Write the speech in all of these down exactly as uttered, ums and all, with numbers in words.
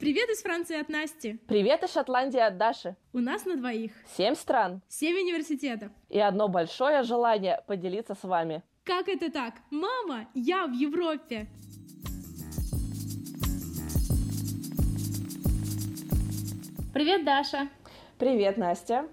Привет из Франции от Насти. Привет из Шотландии от Даши. У нас на двоих. Семь стран. Семь университетов. И одно большое желание поделиться с вами. Как это так? Мама, я в Европе. Привет, Даша. Привет, Настя.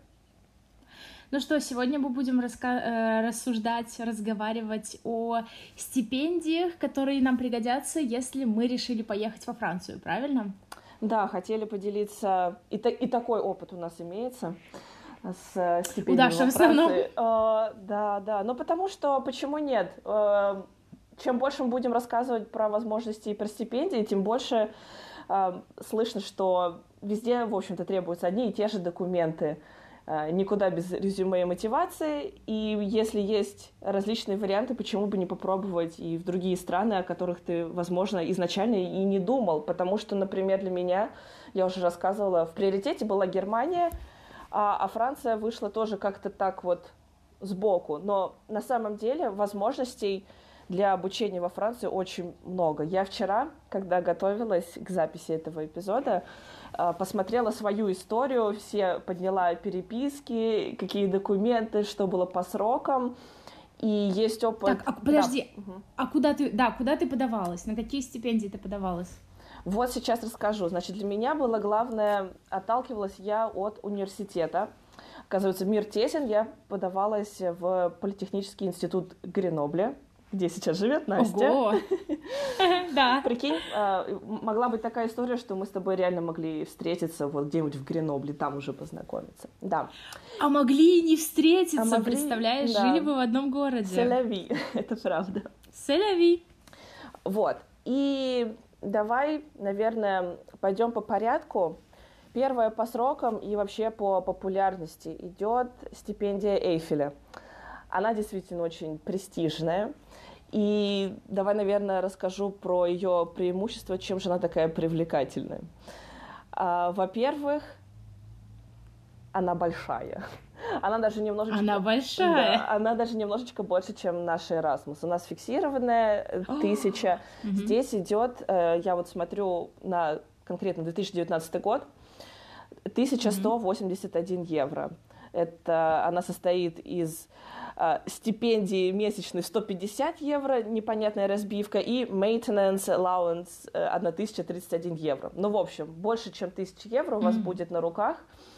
Ну что, сегодня мы будем раска- рассуждать, разговаривать о стипендиях, которые нам пригодятся, если мы решили поехать во Францию, правильно? Да, хотели поделиться, и, та- и такой опыт у нас имеется с стипендией во Франции. Э, да, да, но потому что, почему нет? Э, чем больше мы будем рассказывать про возможности и про стипендии, тем больше э, слышно, что везде, в общем-то, требуются одни и те же документы. Никуда без резюме и мотивации, и если есть различные варианты, почему бы не попробовать и в другие страны, о которых ты, возможно, изначально и не думал, потому что, например, для меня, я уже рассказывала, в приоритете была Германия, а, а Франция вышла тоже как-то так вот сбоку, но на самом деле возможностей для обучения во Франции очень много. Я вчера, когда готовилась к записи этого эпизода, посмотрела свою историю, все подняла переписки, какие документы, что было по срокам, и есть опыт... Так, а, подожди, да. а куда ты, да, куда ты подавалась? На какие стипендии ты подавалась? Вот сейчас расскажу. Значит, для меня было главное, отталкивалась я от университета. Оказывается, мир тесен, я подавалась в Политехнический институт Гренобле, где сейчас живет Настя. Ого! Да. Прикинь, могла быть такая история, что мы с тобой реально могли встретиться вот где-нибудь в Гренобле, там уже познакомиться. Да. А могли и не встретиться, а могли, представляешь? Да. Жили бы в одном городе. C'est la vie, это правда. C'est la vie. Вот. И давай, наверное, пойдем по порядку. Первое по срокам и вообще по популярности идет стипендия Эйфеля. Она действительно очень престижная. И давай, наверное, расскажу про ее преимущества, чем же она такая привлекательная. А, во-первых, она большая. Она даже немножечко... Она большая? Да, она даже немножечко больше, чем наш Erasmus. У нас фиксированная тысяча. Здесь идет, я вот смотрю на конкретно две тысячи девятнадцатый год, тысяча сто восемьдесят один евро. Это она состоит из э, стипендии месячной сто пятьдесят евро, непонятная разбивка, и maintenance allowance э, тысяча тридцать один евро. Ну, в общем, больше, чем тысяча евро у вас mm-hmm. будет на руках.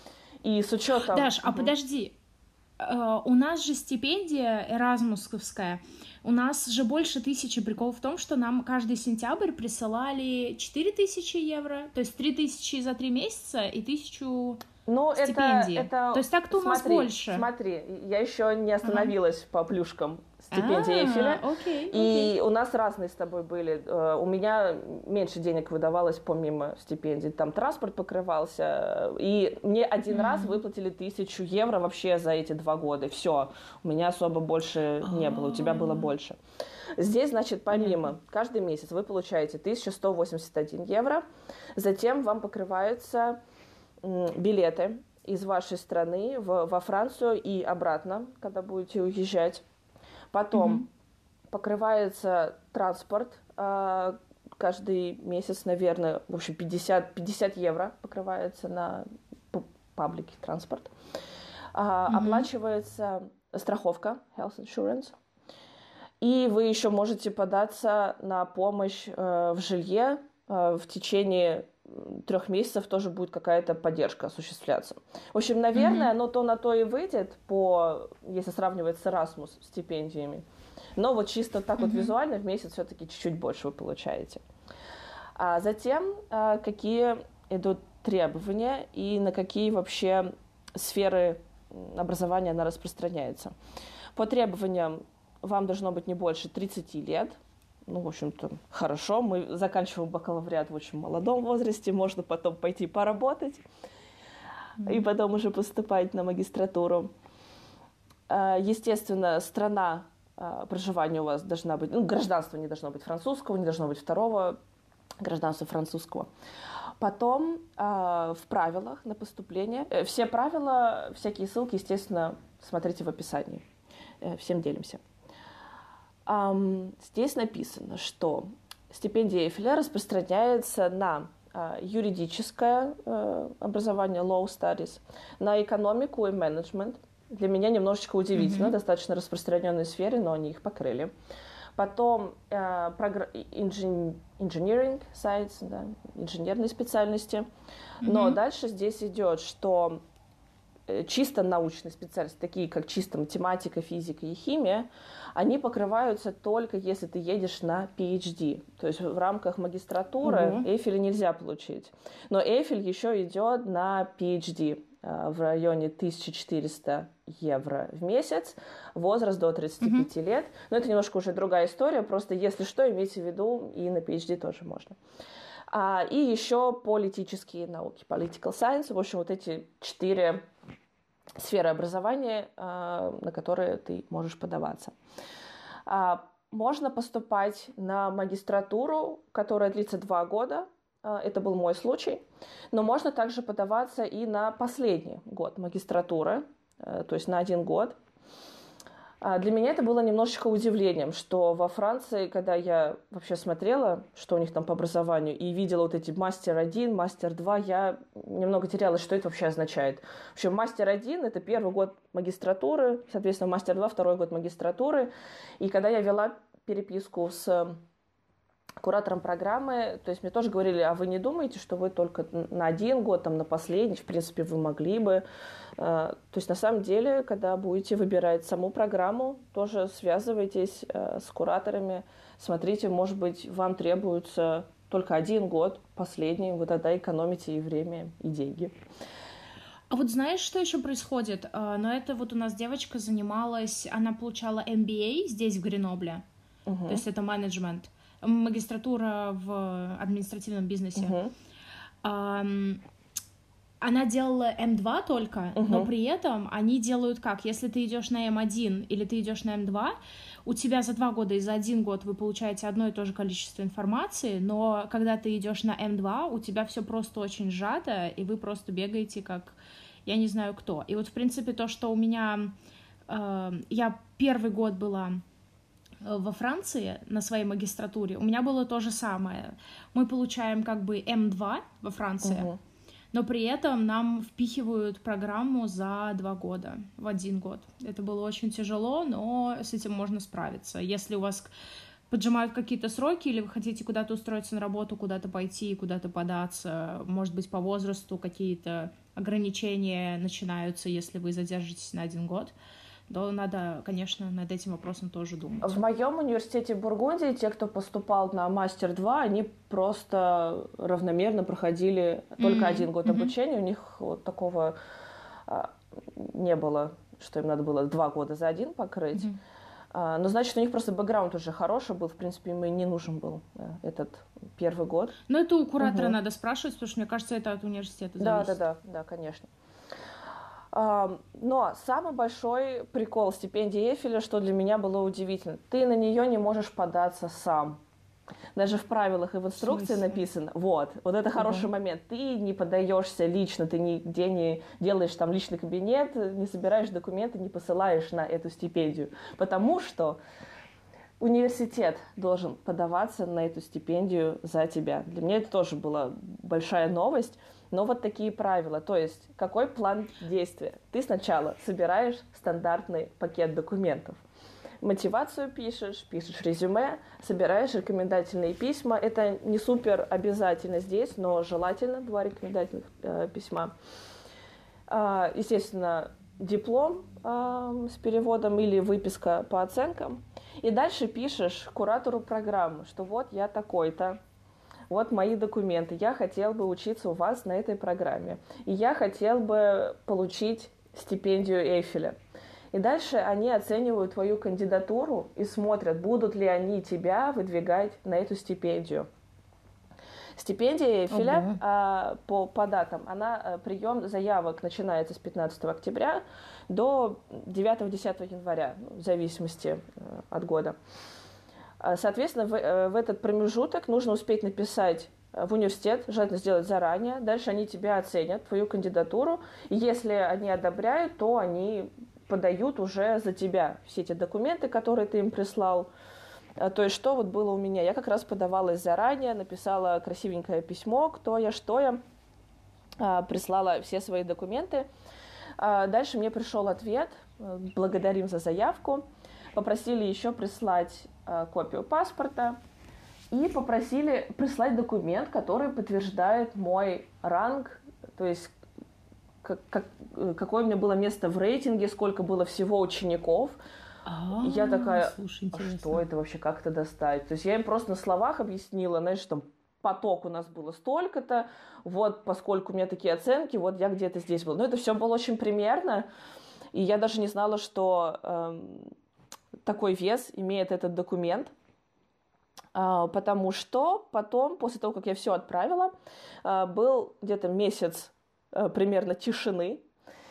И с учетом... Даш, а подожди, uh, у нас же стипендия эразмусовская, у нас же больше тысячи. Прикол в том, что нам каждый сентябрь присылали четыре тысячи евро, то есть три тысячи за три месяца и тысячу... Ну, стипендии. Это, это... То есть так-то у нас смотри, больше. Смотри, я еще не остановилась ага. по плюшкам стипендии а, Эйфеля. Окей, и окей. у нас разные с тобой были. У меня меньше денег выдавалось помимо стипендий. Там транспорт покрывался. И мне один mm. раз выплатили тысячу евро вообще за эти два года. Все. У меня особо больше не было. У тебя было больше. Здесь, значит, помимо, mm. каждый месяц вы получаете тысяча сто восемьдесят один евро. Затем вам покрываются билеты из вашей страны в, во Францию и обратно, когда будете уезжать. Потом mm-hmm. покрывается транспорт э, каждый месяц, наверное, в общем, пятьдесят, пятьдесят евро покрывается на паблике транспорт. Э, mm-hmm. Оплачивается страховка, health insurance. И вы еще можете податься на помощь э, в жилье э, в течение трех месяцев тоже будет какая-то поддержка осуществляться. В общем, наверное, mm-hmm. оно то на то и выйдет, по, если сравнивать с Erasmus стипендиями. Но вот чисто так mm-hmm. вот визуально в месяц все-таки чуть-чуть больше вы получаете. А затем, какие идут требования и на какие вообще сферы образования она распространяется. По требованиям вам должно быть не больше тридцати лет. Ну, в общем-то, хорошо. Мы заканчиваем бакалавриат в очень молодом возрасте. Можно потом пойти поработать mm-hmm. и потом уже поступать на магистратуру. Естественно, страна проживания у вас должна быть... Ну, гражданство не должно быть французского, не должно быть второго гражданства французского. Потом в правилах на поступление... Все правила, всякие ссылки, естественно, смотрите в описании. Всем делимся. Здесь написано, что стипендия Эйфеля распространяется на юридическое образование, law studies, на экономику и менеджмент. Для меня немножечко удивительно, mm-hmm. достаточно распространенные сферы, но они их покрыли. Потом э, прогр... engineering science, да, инженерные специальности. Mm-hmm. Но дальше здесь идет, что чисто научные специальности, такие как чисто математика, физика и химия, они покрываются только если ты едешь на пи эйч ди. То есть в рамках магистратуры угу. эйфель нельзя получить. Но эйфель еще идет на пи эйч ди в районе тысяча четыреста евро в месяц, возраст до тридцати пяти угу. лет. Но это немножко уже другая история, просто если что, имейте в виду, и на пи эйч ди тоже можно. А, и еще политические науки, political science, в общем, вот эти четыре сферы образования, на которые ты можешь подаваться. Можно поступать на магистратуру, которая длится два года. Это был мой случай. Но можно также подаваться и на последний год магистратуры, то есть на один год. Для меня это было немножечко удивлением, что во Франции, когда я вообще смотрела, что у них там по образованию, и видела вот эти мастер один, мастер два, я немного терялась, что это вообще означает. В общем, мастер один – это первый год магистратуры, соответственно, мастер два – второй год магистратуры. И когда я вела переписку с куратором программы, то есть мне тоже говорили, а вы не думаете, что вы только на один год, там, на последний, в принципе, вы могли бы. То есть на самом деле, когда будете выбирать саму программу, тоже связывайтесь с кураторами, смотрите, может быть, вам требуется только один год, последний, вы тогда экономите и время, и деньги. А вот знаешь, что еще происходит? Но это вот у нас девочка занималась, она получала эм би эй здесь, в Гренобле, угу. то есть это менеджмент, магистратура в административном бизнесе. Uh-huh. Um, она делала эм два только, uh-huh. но при этом они делают как? Если ты идешь на эм один или ты идешь на эм два, у тебя за два года и за один год вы получаете одно и то же количество информации, но когда ты идешь на эм два, у тебя все просто очень сжато, и вы просто бегаете как я не знаю кто. И вот, в принципе, то, что у меня... Э, я первый год была во Франции на своей магистратуре, у меня было то же самое. Мы получаем как бы эм два во Франции, угу. но при этом нам впихивают программу за два года, в один год. Это было очень тяжело, но с этим можно справиться. Если у вас поджимают какие-то сроки, или вы хотите куда-то устроиться на работу, куда-то пойти, куда-то податься, может быть, по возрасту какие-то ограничения начинаются, если вы задержитесь на один год, то надо, конечно, над этим вопросом тоже думать. В моем университете в Бургундии те, кто поступал на мастер два, они просто равномерно проходили только mm-hmm. один год обучения. Mm-hmm. У них вот такого а, не было, что им надо было два года за один покрыть. Mm-hmm. А, но значит, у них просто бэкграунд уже хороший был. В принципе, им и не нужен был да, этот первый год. Но это у куратора mm-hmm. надо спрашивать, потому что, мне кажется, это от университета зависит. Да, да, да, да, конечно. Но самый большой прикол стипендии Эйфеля, что для меня было удивительно, ты на нее не можешь податься сам. Даже в правилах и в инструкции в написано, вот, вот это хороший угу. момент, ты не подаешься лично, ты нигде не делаешь там личный кабинет, не собираешь документы, не посылаешь на эту стипендию, потому что университет должен подаваться на эту стипендию за тебя. Для меня это тоже была большая новость. Но вот такие правила. То есть, какой план действия? Ты сначала собираешь стандартный пакет документов. Мотивацию пишешь, пишешь резюме, собираешь рекомендательные письма. Это не супер обязательно здесь, но желательно два рекомендательных э, письма. Э, естественно, диплом э, с переводом или выписка по оценкам. И дальше пишешь куратору программы, что вот я такой-то. Вот мои документы. Я хотел бы учиться у вас на этой программе. И я хотел бы получить стипендию Эйфеля. И дальше они оценивают твою кандидатуру и смотрят, будут ли они тебя выдвигать на эту стипендию. Стипендия Эйфеля okay. а, по, по датам, она, прием заявок начинается с пятнадцатого октября до девятого-десятого января, в зависимости от года. Соответственно, в, в этот промежуток нужно успеть написать в университет, желательно сделать заранее. Дальше они тебя оценят, твою кандидатуру. И если они одобряют, то они подают уже за тебя все эти документы, которые ты им прислал. То есть что вот было у меня? Я как раз подавалась заранее, написала красивенькое письмо, кто я, что я, прислала все свои документы. Дальше мне пришел ответ, благодарим за заявку, попросили еще прислать копию паспорта и попросили прислать документ, который подтверждает мой ранг, то есть как, как, какое у меня было место в рейтинге, сколько было всего учеников. А, я такая, слушай, а что это вообще, как это достать? То есть я им просто на словах объяснила, знаешь, там поток у нас было столько-то, вот поскольку у меня такие оценки, вот я где-то здесь был. Но это все было очень примерно, и я даже не знала, что э, такой вес имеет этот документ, э, потому что потом, после того, как я все отправила, э, был где-то месяц э, примерно тишины,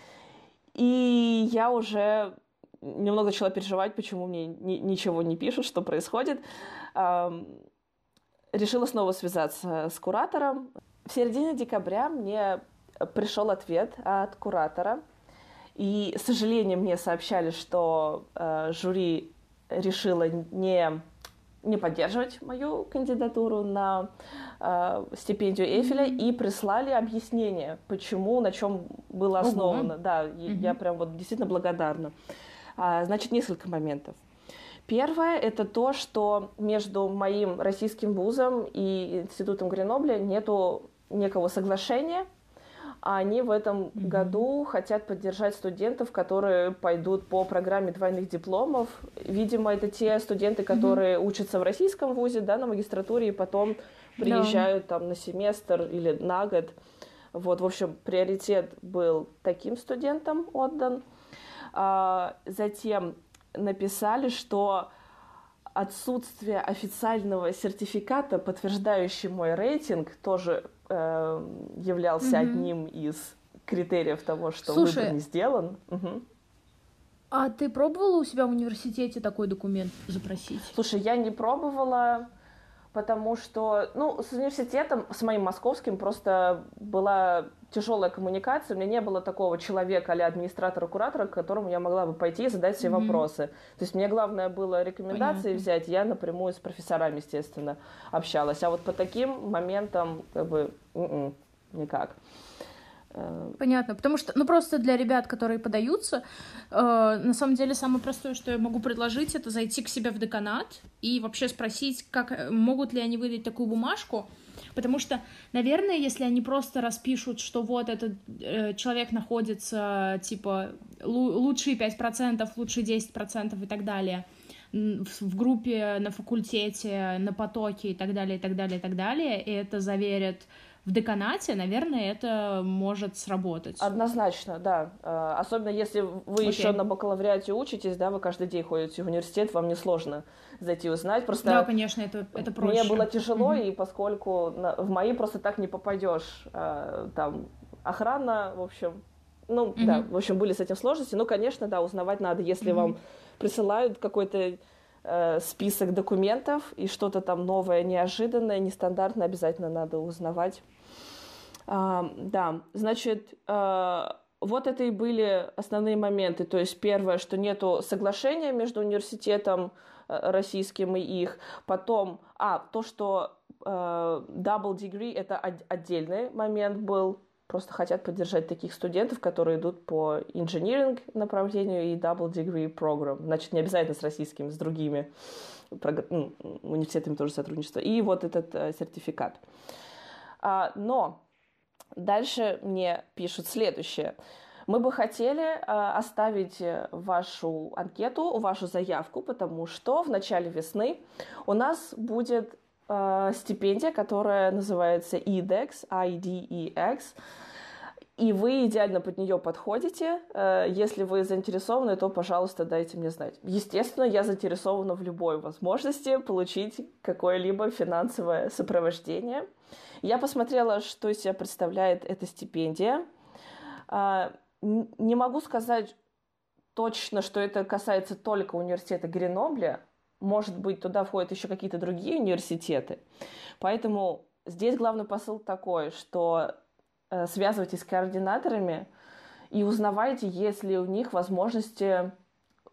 и я уже немного начала переживать, почему мне ни, ничего не пишут, что происходит. Э, решила снова связаться с куратором. В середине декабря мне пришел ответ от куратора, и, с сожалением, мне сообщали, что э, жюри решило не, не поддерживать мою кандидатуру на э, стипендию Эйфеля, mm-hmm. и прислали объяснение, почему, на чем было основано. Mm-hmm. Да, mm-hmm. я прям вот действительно благодарна. А, значит, несколько моментов. Первое – это то, что между моим российским вузом и Институтом Гренобля нету некого соглашения. Они в этом mm-hmm. году хотят поддержать студентов, которые пойдут по программе двойных дипломов. Видимо, это те студенты, которые mm-hmm. учатся в российском вузе, да, на магистратуре, и потом приезжают no. там на семестр или на год. Вот, в общем, приоритет был таким студентам отдан. А, затем написали, что отсутствие официального сертификата, подтверждающего мой рейтинг, тоже э, являлся mm-hmm. одним из критериев того, что Слушай, выбор не сделан. Угу. А ты пробовала у себя в университете такой документ запросить? Слушай, я не пробовала, потому что, ну, с университетом, с моим московским, просто была тяжелая коммуникация. У меня не было такого человека, а-ля администратора-куратора, к которому я могла бы пойти и задать все mm-hmm. вопросы. То есть мне главное было рекомендации Понятно. взять, я напрямую с профессорами, естественно, общалась. А вот по таким моментам, как бы, м-м, никак. Понятно, потому что, ну, просто для ребят, которые подаются, э, на самом деле самое простое, что я могу предложить, это зайти к себе в деканат и вообще спросить, как, могут ли они выдать такую бумажку, потому что, наверное, если они просто распишут, что вот этот э, человек находится, типа, лу- лучшие пять процентов, лучшие десять процентов и так далее, в, в группе, на факультете, на потоке и так далее, и так далее, и так далее, и это заверят в деканате, наверное, это может сработать. Однозначно, да. Особенно если вы okay. еще на бакалавриате учитесь, да, вы каждый день ходите в университет, вам несложно зайти узнать. Просто да, конечно, это, это проще. Мне было тяжело, mm-hmm. и поскольку в мои просто так не попадешь, там, охрана, в общем, ну, mm-hmm. да, в общем, были с этим сложности. Ну, конечно, да, узнавать надо, если mm-hmm. вам присылают какой-то э, список документов, и что-то там новое, неожиданное, нестандартное, обязательно надо узнавать. Uh, да, значит, uh, вот это и были основные моменты. То есть первое, что нету соглашения между университетом uh, российским и их. Потом, а, то, что uh, double degree, это од- отдельный момент был. Просто хотят поддержать таких студентов, которые идут по инжиниринг направлению и double degree program. Значит, не обязательно с российскими, с другими прогр- ну, университетами тоже сотрудничество. И вот этот uh, сертификат. Uh, но дальше мне пишут следующее. Мы бы хотели э, оставить вашу анкету, вашу заявку, потому что в начале весны у нас будет э, стипендия, которая называется и ди экс, ай ди и экс, и вы идеально под нее подходите. Э, если вы заинтересованы, то, пожалуйста, дайте мне знать. Естественно, я заинтересована в любой возможности получить какое-либо финансовое сопровождение. Я посмотрела, что из себя представляет эта стипендия. Не могу сказать точно, что это касается только университета Гренобля. Может быть, туда входят еще какие-то другие университеты. Поэтому здесь главный посыл такой, что связывайтесь с координаторами и узнавайте, есть ли у них возможности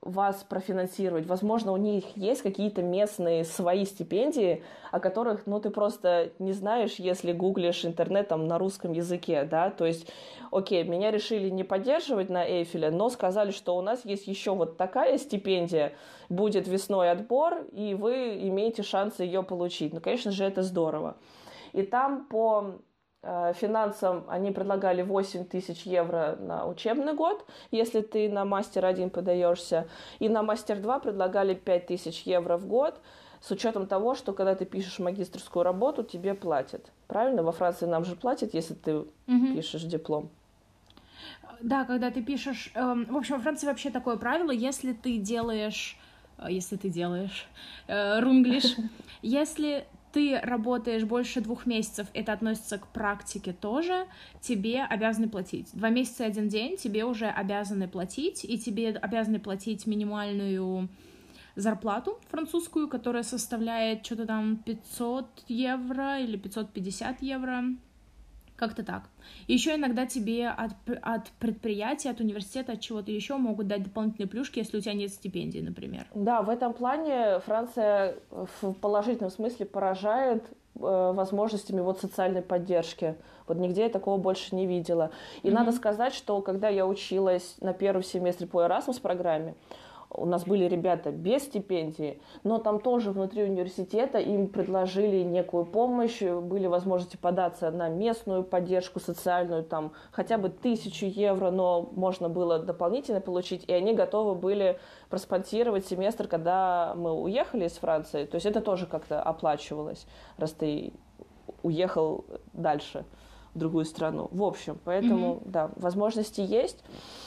вас профинансировать. Возможно, у них есть какие-то местные свои стипендии, о которых, ну, ты просто не знаешь, если гуглишь интернетом на русском языке, да, то есть, окей, меня решили не поддерживать на Эйфеле, но сказали, что у нас есть еще вот такая стипендия, будет весной отбор, и вы имеете шанс ее получить. Ну, конечно же, это здорово. И там по финансам они предлагали восемь тысяч евро на учебный год, если ты на мастер один подаешься, и на мастер два предлагали пять тысяч евро в год, с учетом того, что когда ты пишешь магистерскую работу, тебе платят. Правильно? Во Франции нам же платят, если ты угу. пишешь диплом. Да, когда ты пишешь... Эм, в общем, во Франции вообще такое правило, если ты делаешь... Если ты делаешь... Э, рунглиш. Если ты работаешь больше двух месяцев, это относится к практике тоже, тебе обязаны платить. Два месяца и один день тебе уже обязаны платить, и тебе обязаны платить минимальную зарплату французскую, которая составляет что-то там пятьсот евро или пятьсот пятьдесят евро. Как-то так. И еще иногда тебе от, от предприятия, от университета, от чего-то еще могут дать дополнительные плюшки, если у тебя нет стипендии, например. Да, в этом плане Франция в положительном смысле поражает э, возможностями вот социальной поддержки. Вот нигде я такого больше не видела. И mm-hmm. надо сказать, что когда я училась на первом семестре по Erasmus программе, у нас были ребята без стипендии, но там тоже внутри университета им предложили некую помощь, были возможности податься на местную поддержку социальную, там хотя бы тысячу евро, но можно было дополнительно получить, и они готовы были проспонсировать семестр, когда мы уехали из Франции, то есть это тоже как-то оплачивалось, раз ты уехал дальше в другую страну. В общем, поэтому, mm-hmm. да, возможности есть.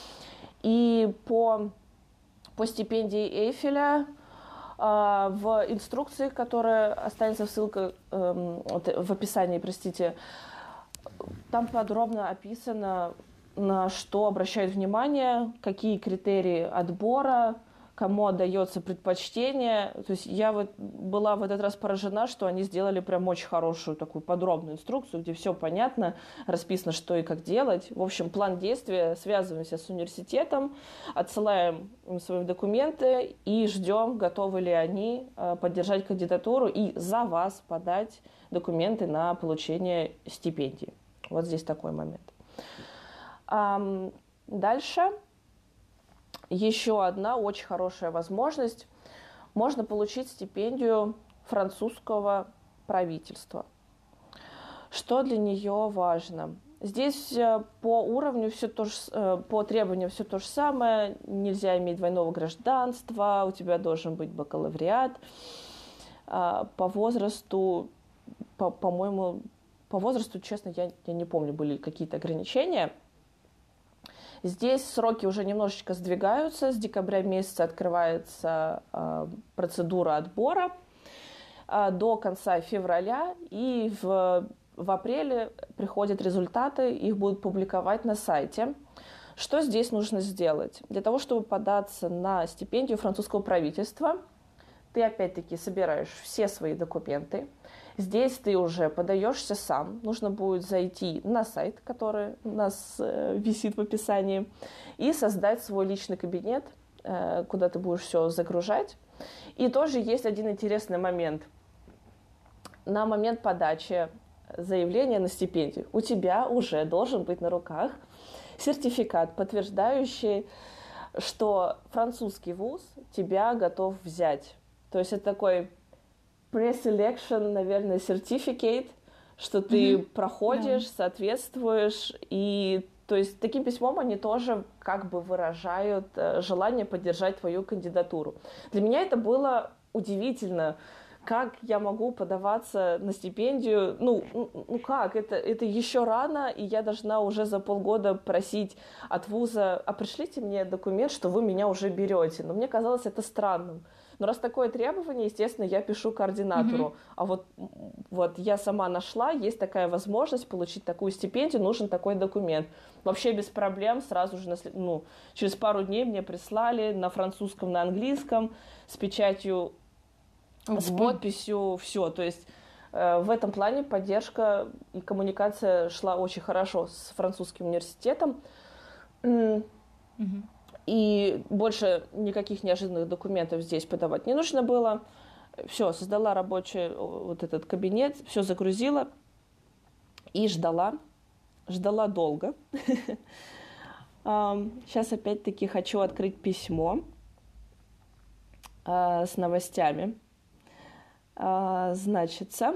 И по... По стипендии Эйфеля э, в инструкции, которая останется ссылка э, в описании, простите, там подробно описано, на что обращают внимание, какие критерии отбора, кому отдается предпочтение. То есть я вот была в этот раз поражена, что они сделали прям очень хорошую такую подробную инструкцию, где все понятно, расписано, что и как делать. В общем, план действия, связываемся с университетом, отсылаем им свои документы и ждем, готовы ли они поддержать кандидатуру и за вас подать документы на получение стипендии. Вот здесь такой момент. Дальше. Еще одна очень хорошая возможность. Можно получить стипендию французского правительства. Что для нее важно? Здесь по уровню все то же, по требованиям все то же самое. Нельзя иметь двойного гражданства, у тебя должен быть бакалавриат. По возрасту, по, по-моему, по возрасту, честно, я, я не помню, были какие-то ограничения. Здесь сроки уже немножечко сдвигаются. С декабря месяца открывается э, процедура отбора э, до конца февраля. И в, в апреле приходят результаты, их будут публиковать на сайте. Что здесь нужно сделать? Для того, чтобы податься на стипендию французского правительства, ты опять-таки собираешь все свои документы. Здесь ты уже подаешься сам. Нужно будет зайти на сайт, который у нас э, висит в описании, и создать свой личный кабинет, э, куда ты будешь все загружать. И тоже есть один интересный момент. На момент подачи заявления на стипендию у тебя уже должен быть на руках сертификат, подтверждающий, что французский вуз тебя готов взять. То есть это такой pre-selection, наверное, certificate, что ты mm-hmm. проходишь, yeah. соответствуешь. И то есть таким письмом они тоже как бы выражают желание поддержать твою кандидатуру. Для меня это было удивительно. Как я могу подаваться на стипендию? Ну, ну как? Это, это еще рано, и я должна уже за полгода просить от вуза, а пришлите мне документ, что вы меня уже берете. Но мне казалось это странным. Но раз такое требование, естественно, я пишу координатору. Mm-hmm. А вот, вот я сама нашла, есть такая возможность получить такую стипендию, нужен такой документ. Вообще без проблем, сразу же ну, через пару дней мне прислали на французском, на английском, с печатью, mm-hmm. с подписью, все. То есть э, в этом плане поддержка и коммуникация шла очень хорошо с французским университетом. Mm-hmm. и больше никаких неожиданных документов здесь подавать не нужно было. Все, создала рабочий вот этот кабинет, все загрузила и ждала. Ждала долго. Сейчас опять-таки хочу открыть письмо с новостями. Значится,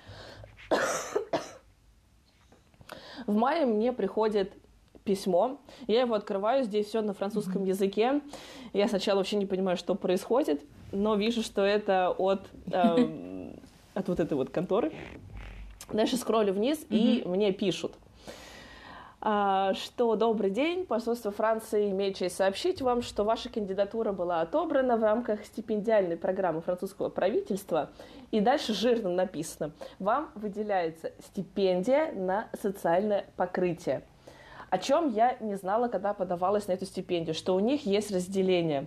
в мае мне приходит письмо. Я его открываю, здесь все на французском языке. Я сначала вообще не понимаю, что происходит, но вижу, что это от, э, от вот этой вот конторы. Дальше скроллю вниз, mm-hmm. и мне пишут, э, что «Добрый день, посольство Франции имеет честь сообщить вам, что ваша кандидатура была отобрана в рамках стипендиальной программы французского правительства». И дальше жирно написано «Вам выделяется стипендия на социальное покрытие». О чем я не знала, когда подавалась на эту стипендию, что у них есть разделение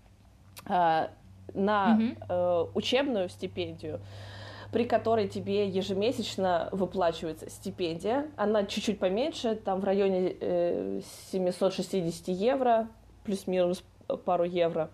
э, на mm-hmm. э, учебную стипендию, при которой тебе ежемесячно выплачивается стипендия. Она чуть-чуть поменьше, там в районе э, семьсот шестьдесят евро, плюс-минус пару евро.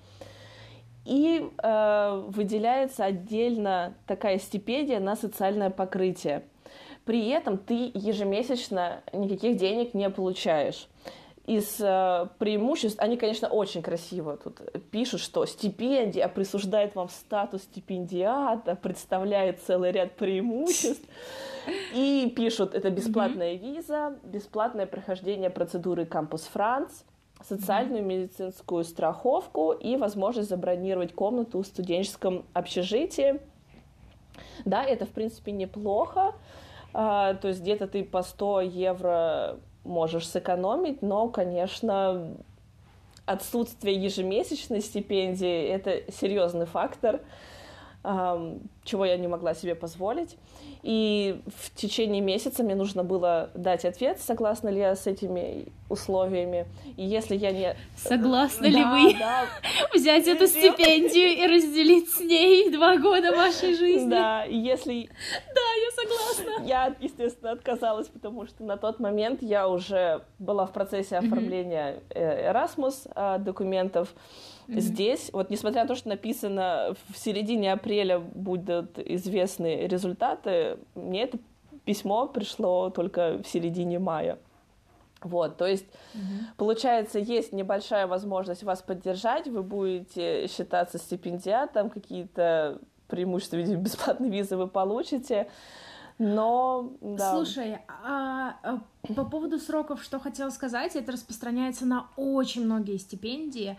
И э, выделяется отдельно такая стипендия на социальное покрытие. При этом ты ежемесячно никаких денег не получаешь. Из э, преимуществ, они, конечно, очень красиво тут пишут, что стипендия присуждает вам статус стипендиата, представляет целый ряд преимуществ. И пишут, это бесплатная mm-hmm. виза, бесплатное прохождение процедуры Campus France, социальную mm-hmm. медицинскую страховку и возможность забронировать комнату в студенческом общежитии. Да, это, в принципе, неплохо. Uh, то есть где-то ты по сто евро можешь сэкономить, но, конечно, отсутствие ежемесячной стипендии – это серьезный фактор, uh, чего я не могла себе позволить. И в течение месяца мне нужно было дать ответ, согласна ли я с этими условиями. И если я не... Согласны да, ли вы да. взять эту стипендию и разделить с ней два года вашей жизни? Да, если... Да, я согласна. Я, естественно, отказалась, потому что на тот момент я уже была в процессе оформления Erasmus документов. Mm-hmm. Здесь, вот несмотря на то, что написано в середине апреля будут известны результаты, мне это письмо пришло только в середине мая. Вот, то есть, mm-hmm. получается, есть небольшая возможность вас поддержать, вы будете считаться стипендиатом, какие-то преимущества в виде бесплатной визы вы получите, но... Да. Слушай, а, а, по поводу сроков, что хотела сказать, это распространяется на очень многие стипендии.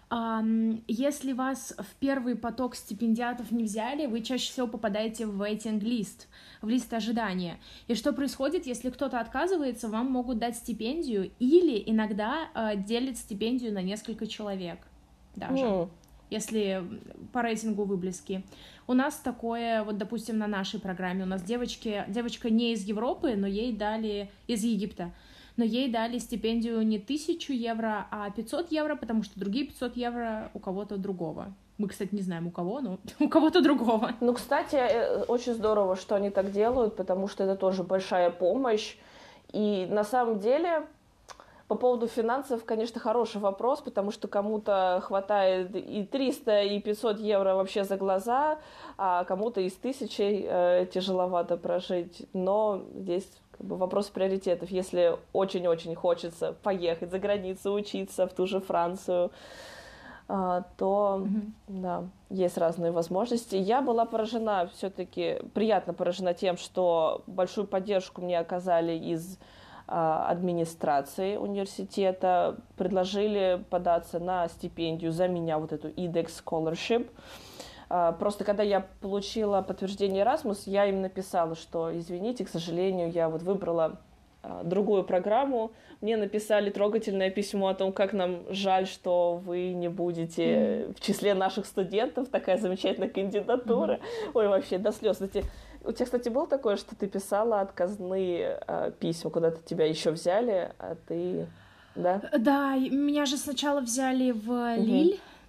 Если вас в первый поток стипендиатов не взяли, вы чаще всего попадаете в waiting-лист, в лист ожидания. И что происходит, если кто-то отказывается, вам могут дать стипендию или иногда э, делят стипендию на несколько человек даже, mm. если по рейтингу вы близки. У нас такое, вот, допустим, на нашей программе, у нас девочки, девочка не из Европы, но ей дали, из Египта, но ей дали стипендию не тысячу евро, а пятьсот евро, потому что другие пятьсот евро у кого-то другого. Мы, кстати, не знаем у кого, но у кого-то другого. Ну, кстати, очень здорово, что они так делают, потому что это тоже большая помощь. И на самом деле, по поводу финансов, конечно, хороший вопрос, потому что кому-то хватает и триста, и пятьсот евро вообще за глаза, а кому-то и с тысячей э, тяжеловато прожить. Но здесь... вопрос приоритетов. Если очень-очень хочется поехать за границу, учиться в ту же Францию, то mm-hmm. да, есть разные возможности. Я была поражена, все-таки приятно поражена тем, что большую поддержку мне оказали из администрации университета, предложили податься на стипендию за меня, вот эту эдекс Scholarship. Просто когда я получила подтверждение Erasmus, я им написала, что, извините, к сожалению, я вот выбрала другую программу. Мне написали трогательное письмо о том, как нам жаль, что вы не будете mm-hmm. в числе наших студентов. Такая замечательная кандидатура. Mm-hmm. Ой, вообще, до слез. Кстати, у тебя, кстати, было такое, что ты писала отказные э, письма, куда-то тебя еще взяли, а ты... Да? Да, меня же сначала взяли в Лиль,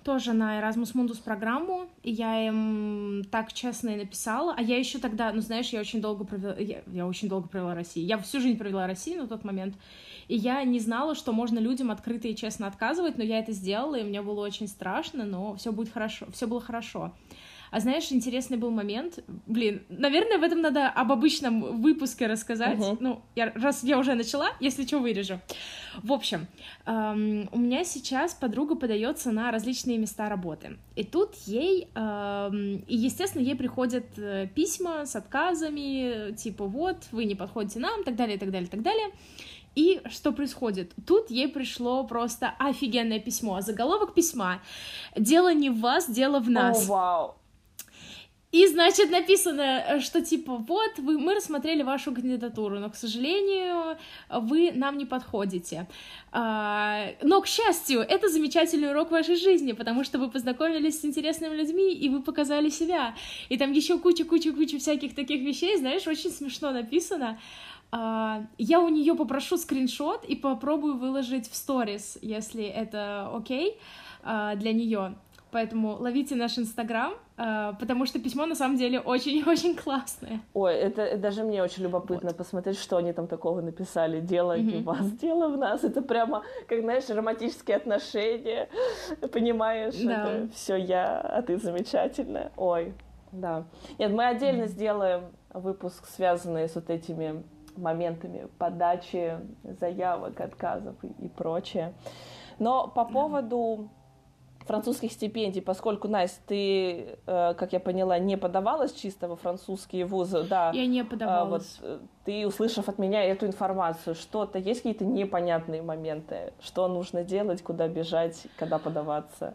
тоже на Erasmus Mundus программу, и я им так честно и написала, а я еще тогда, ну, знаешь, я очень долго провела, я, я очень долго провела в России, я всю жизнь провела в России на тот момент, и я не знала, что можно людям открыто и честно отказывать, но я это сделала, и мне было очень страшно, но все будет хорошо, все было хорошо. А знаешь, интересный был момент, блин, наверное, в этом надо об обычном выпуске рассказать, uh-huh. ну, я, раз я уже начала, если что, вырежу. В общем, эм, у меня сейчас подруга подается на различные места работы, и тут ей, эм, и, естественно, ей приходят письма с отказами, типа, вот, вы не подходите нам, так далее, так далее, так далее. И что происходит? Тут ей пришло просто офигенное письмо, заголовок письма: «Дело не в вас, дело в нас». О, вау. И, значит, написано, что, типа, вот, вы, мы рассмотрели вашу кандидатуру, но, к сожалению, вы нам не подходите. А, но, к счастью, это замечательный урок вашей жизни, потому что вы познакомились с интересными людьми, и вы показали себя. И там еще куча-куча-куча всяких таких вещей, знаешь, очень смешно написано. А, я у нее попрошу скриншот и попробую выложить в сторис, если это окей а, для нее. Поэтому ловите наш Инстаграм, э, потому что письмо на самом деле очень-очень классное. Ой, это, это даже мне очень любопытно вот. посмотреть, что они там такого написали. Дело не в вас, дело в нас. Это прямо, как, знаешь, романтические отношения. Понимаешь, да. это все я, а ты замечательная. Ой, да. Нет, мы отдельно mm-hmm. сделаем выпуск, связанный с вот этими моментами подачи заявок, отказов и, и прочее. Но по mm-hmm. поводу французских стипендий, поскольку, Настя, ты, э, как я поняла, не подавалась чисто во французские вузы, да. Я не подавалась. Э, вот, ты, услышав от меня эту информацию, что-то, есть какие-то непонятные моменты, что нужно делать, куда бежать, когда подаваться?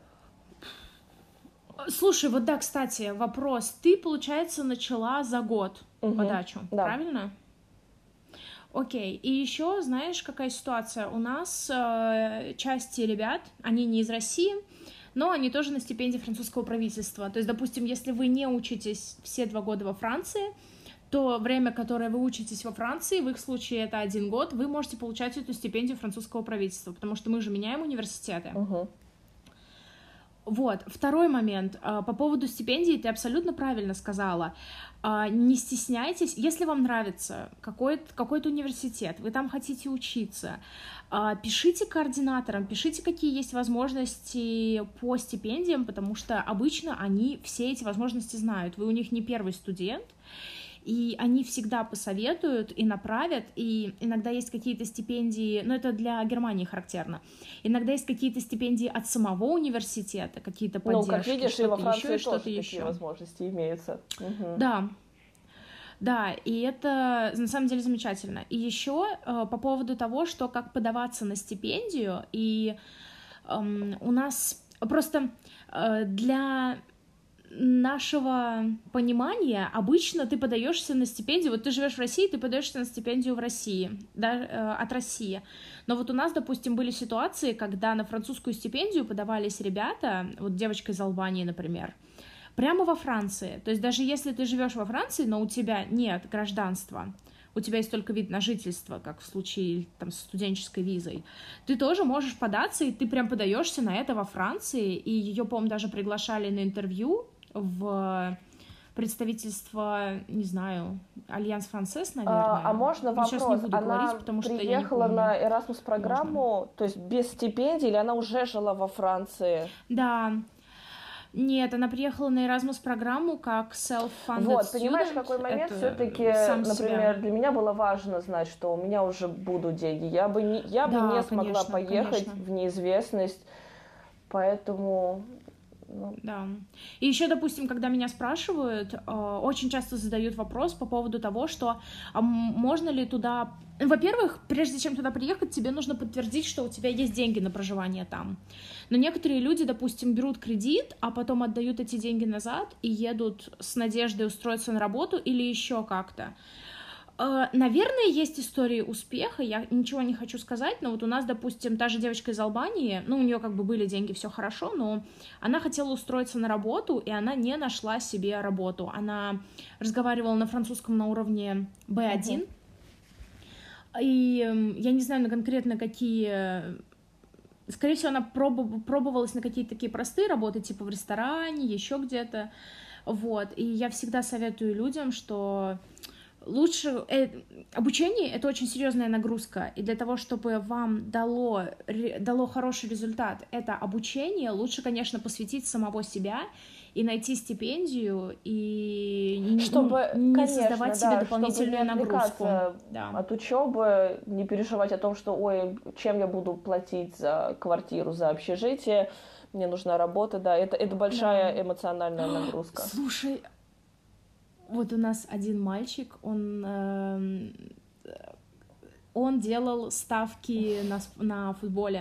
Слушай, вот да, кстати, вопрос. Ты, получается, начала за год угу. подачу, да. правильно? Окей, и еще, знаешь, какая ситуация? У нас э, части ребят, они не из России, но они тоже на стипендии французского правительства. То есть, допустим, если вы не учитесь все два года во Франции, то время, которое вы учитесь во Франции, в их случае это один год, вы можете получать эту стипендию французского правительства, потому что мы же меняем университеты. Uh-huh. Вот, второй момент. По поводу стипендий ты абсолютно правильно сказала. Не стесняйтесь, если вам нравится какой-то, какой-то университет, вы там хотите учиться, пишите координаторам, пишите, какие есть возможности по стипендиям, потому что обычно они все эти возможности знают. Вы у них не первый студент, и они всегда посоветуют и направят, и иногда есть какие-то стипендии, но это для Германии характерно, иногда есть какие-то стипендии от самого университета, какие-то поддержки, ну, как видишь, что-то и во Франции еще, тоже что-то такие еще. возможности имеются. Угу. Да, да, и это на самом деле замечательно. И еще э, по поводу того, что как подаваться на стипендию, и э, у нас просто э, для нашего понимания обычно ты подаешься на стипендию, вот ты живешь в России, ты подаешься на стипендию в России, да, э, от России. Но вот у нас, допустим, были ситуации, когда на французскую стипендию подавались ребята, вот девочка из Албании, например, прямо во Франции. То есть даже если ты живешь во Франции, но у тебя нет гражданства, у тебя есть только вид на жительство, как в случае там, с студенческой визой, ты тоже можешь податься, и ты прям подаешься на это во Франции, и ее, по-моему, даже приглашали на интервью в представительство, не знаю, Альянс Францез, наверное. А, а можно вопрос? Сейчас не буду она говорить, потому что приехала я не на Erasmus-программу, то есть без стипендии, или она уже жила во Франции? Да. Нет, она приехала на Erasmus-программу как self-funded Вот, понимаешь, student. какой момент Это все-таки, например, себя. Для меня было важно знать, что у меня уже будут деньги. Я бы не, я да, бы не смогла конечно, поехать конечно. в неизвестность, поэтому... Ну. Да. И еще, допустим, когда меня спрашивают, очень часто задают вопрос по поводу того, что а можно ли туда... Во-первых, прежде чем туда приехать, тебе нужно подтвердить, что у тебя есть деньги на проживание там. Но некоторые люди, допустим, берут кредит, а потом отдают эти деньги назад и едут с надеждой устроиться на работу или еще как-то. Наверное, есть истории успеха, я ничего не хочу сказать, но вот у нас, допустим, та же девочка из Албании, ну, у нее как бы были деньги, все хорошо, но она хотела устроиться на работу, и она не нашла себе работу. Она разговаривала на французском на уровне би один, uh-huh. и я не знаю на конкретно какие скорее всего, она пробов- пробовалась на какие-то такие простые работы, типа в ресторане, еще где-то, вот, и я всегда советую людям, что лучше... Э, обучение — это очень серьезная нагрузка, и для того, чтобы вам дало, ре, дало хороший результат это обучение, лучше, конечно, посвятить самого себя и найти стипендию, и чтобы, ну, не конечно, создавать да, себе дополнительную чтобы не нагрузку. Да. От учебы, не переживать о том, что, ой, чем я буду платить за квартиру, за общежитие, мне нужна работа, да, это, это большая да. эмоциональная нагрузка. Слушай, вот у нас один мальчик, он, э, он делал ставки на, на футболе.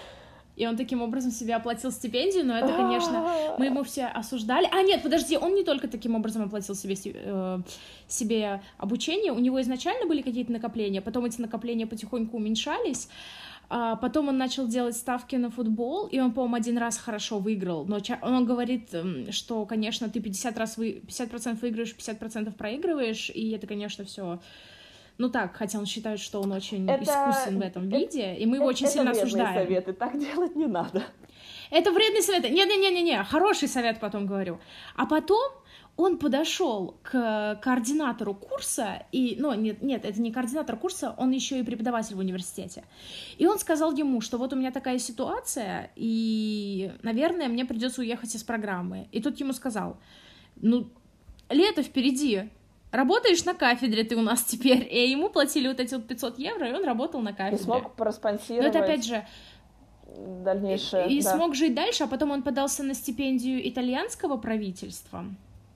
И он таким образом себе оплатил стипендию, но это, конечно, мы ему все осуждали. А, нет, подожди, он не только таким образом оплатил себе, э, себе обучение, у него изначально были какие-то накопления, потом эти накопления потихоньку уменьшались, а потом он начал делать ставки на футбол, и он, по-моему, один раз хорошо выиграл, но он говорит, что, конечно, ты пятьдесят раз вы... пятьдесят процентов выигрываешь, пятьдесят процентов проигрываешь, и это, конечно, все... Ну так, хотя он считает, что он очень это... искусен в этом виде, это... и мы его очень это сильно осуждаем. Это вредные советы, так делать не надо. Это вредные советы. Не-не-не-не, хороший совет потом говорю. А потом он подошел к координатору курса, и, ну, нет, нет, это не координатор курса, он еще и преподаватель в университете. И он сказал ему, что вот у меня такая ситуация, и, наверное, мне придется уехать из программы. И тот ему сказал, ну, лето впереди, работаешь на кафедре ты у нас теперь. И ему платили вот эти вот пятьсот евро, и он работал на кафедре. И смог проспонсировать. Но это опять же... Дальнейшее, и, и да. смог жить дальше, а потом он подался на стипендию итальянского правительства.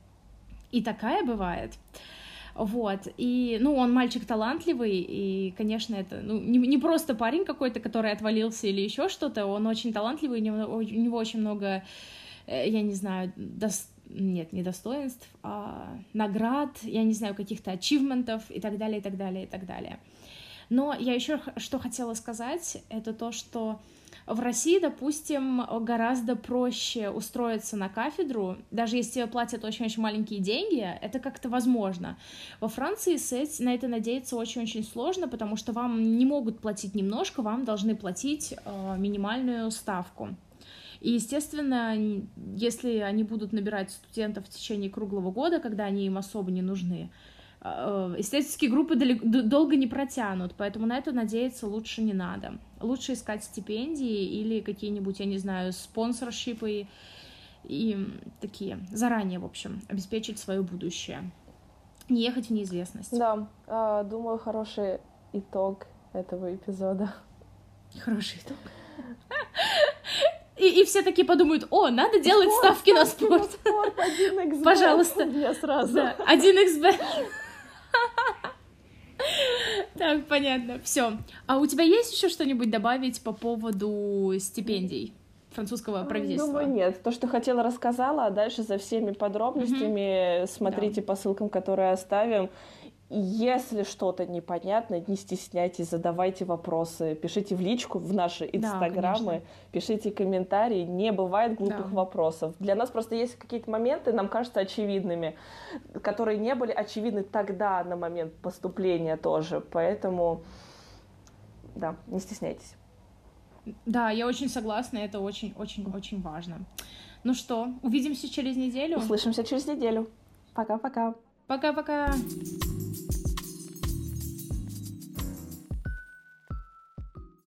И такая бывает. Вот. И, ну, он мальчик талантливый, и, конечно, это, ну, не, не просто парень какой-то, который отвалился или еще что-то, он очень талантливый, у него, у него очень много, я не знаю, дос... нет, не достоинств, а наград, я не знаю, каких-то ачивментов и так далее, и так далее, и так далее. Но я еще что хотела сказать, это то, что в России, допустим, гораздо проще устроиться на кафедру, даже если тебе платят очень-очень маленькие деньги, это как-то возможно. Во Франции на это надеяться очень-очень сложно, потому что вам не могут платить немножко, вам должны платить э, минимальную ставку. И, естественно, если они будут набирать студентов в течение круглого года, когда они им особо не нужны, исследовательские группы долго не протянут, поэтому на это надеяться лучше не надо. Лучше искать стипендии или какие-нибудь, я не знаю, спонсоршипы и такие, заранее, в общем, обеспечить свое будущее. Не ехать в неизвестность. Да, думаю, хороший итог этого эпизода. Хороший итог. И, и все такие подумают, о, надо делать спорт, ставки на спорт. спорт один икс бет. Пожалуйста. Я сразу. Да, один икс бет. Так, понятно. Все. А у тебя есть еще что-нибудь добавить по поводу стипендий французского правительства? Думаю, нет. То, что хотела, рассказала, а дальше за всеми подробностями mm-hmm. смотрите да. по ссылкам, которые оставим. Если что-то непонятно, не стесняйтесь, задавайте вопросы, пишите в личку, в наши инстаграмы, да, пишите комментарии, не бывает глупых да. вопросов. Для нас просто есть какие-то моменты, нам кажутся очевидными, которые не были очевидны тогда, на момент поступления тоже, поэтому, да, не стесняйтесь. Да, я очень согласна, это очень-очень-очень важно. Ну что, увидимся через неделю? Услышимся через неделю. Пока-пока. Пока-пока.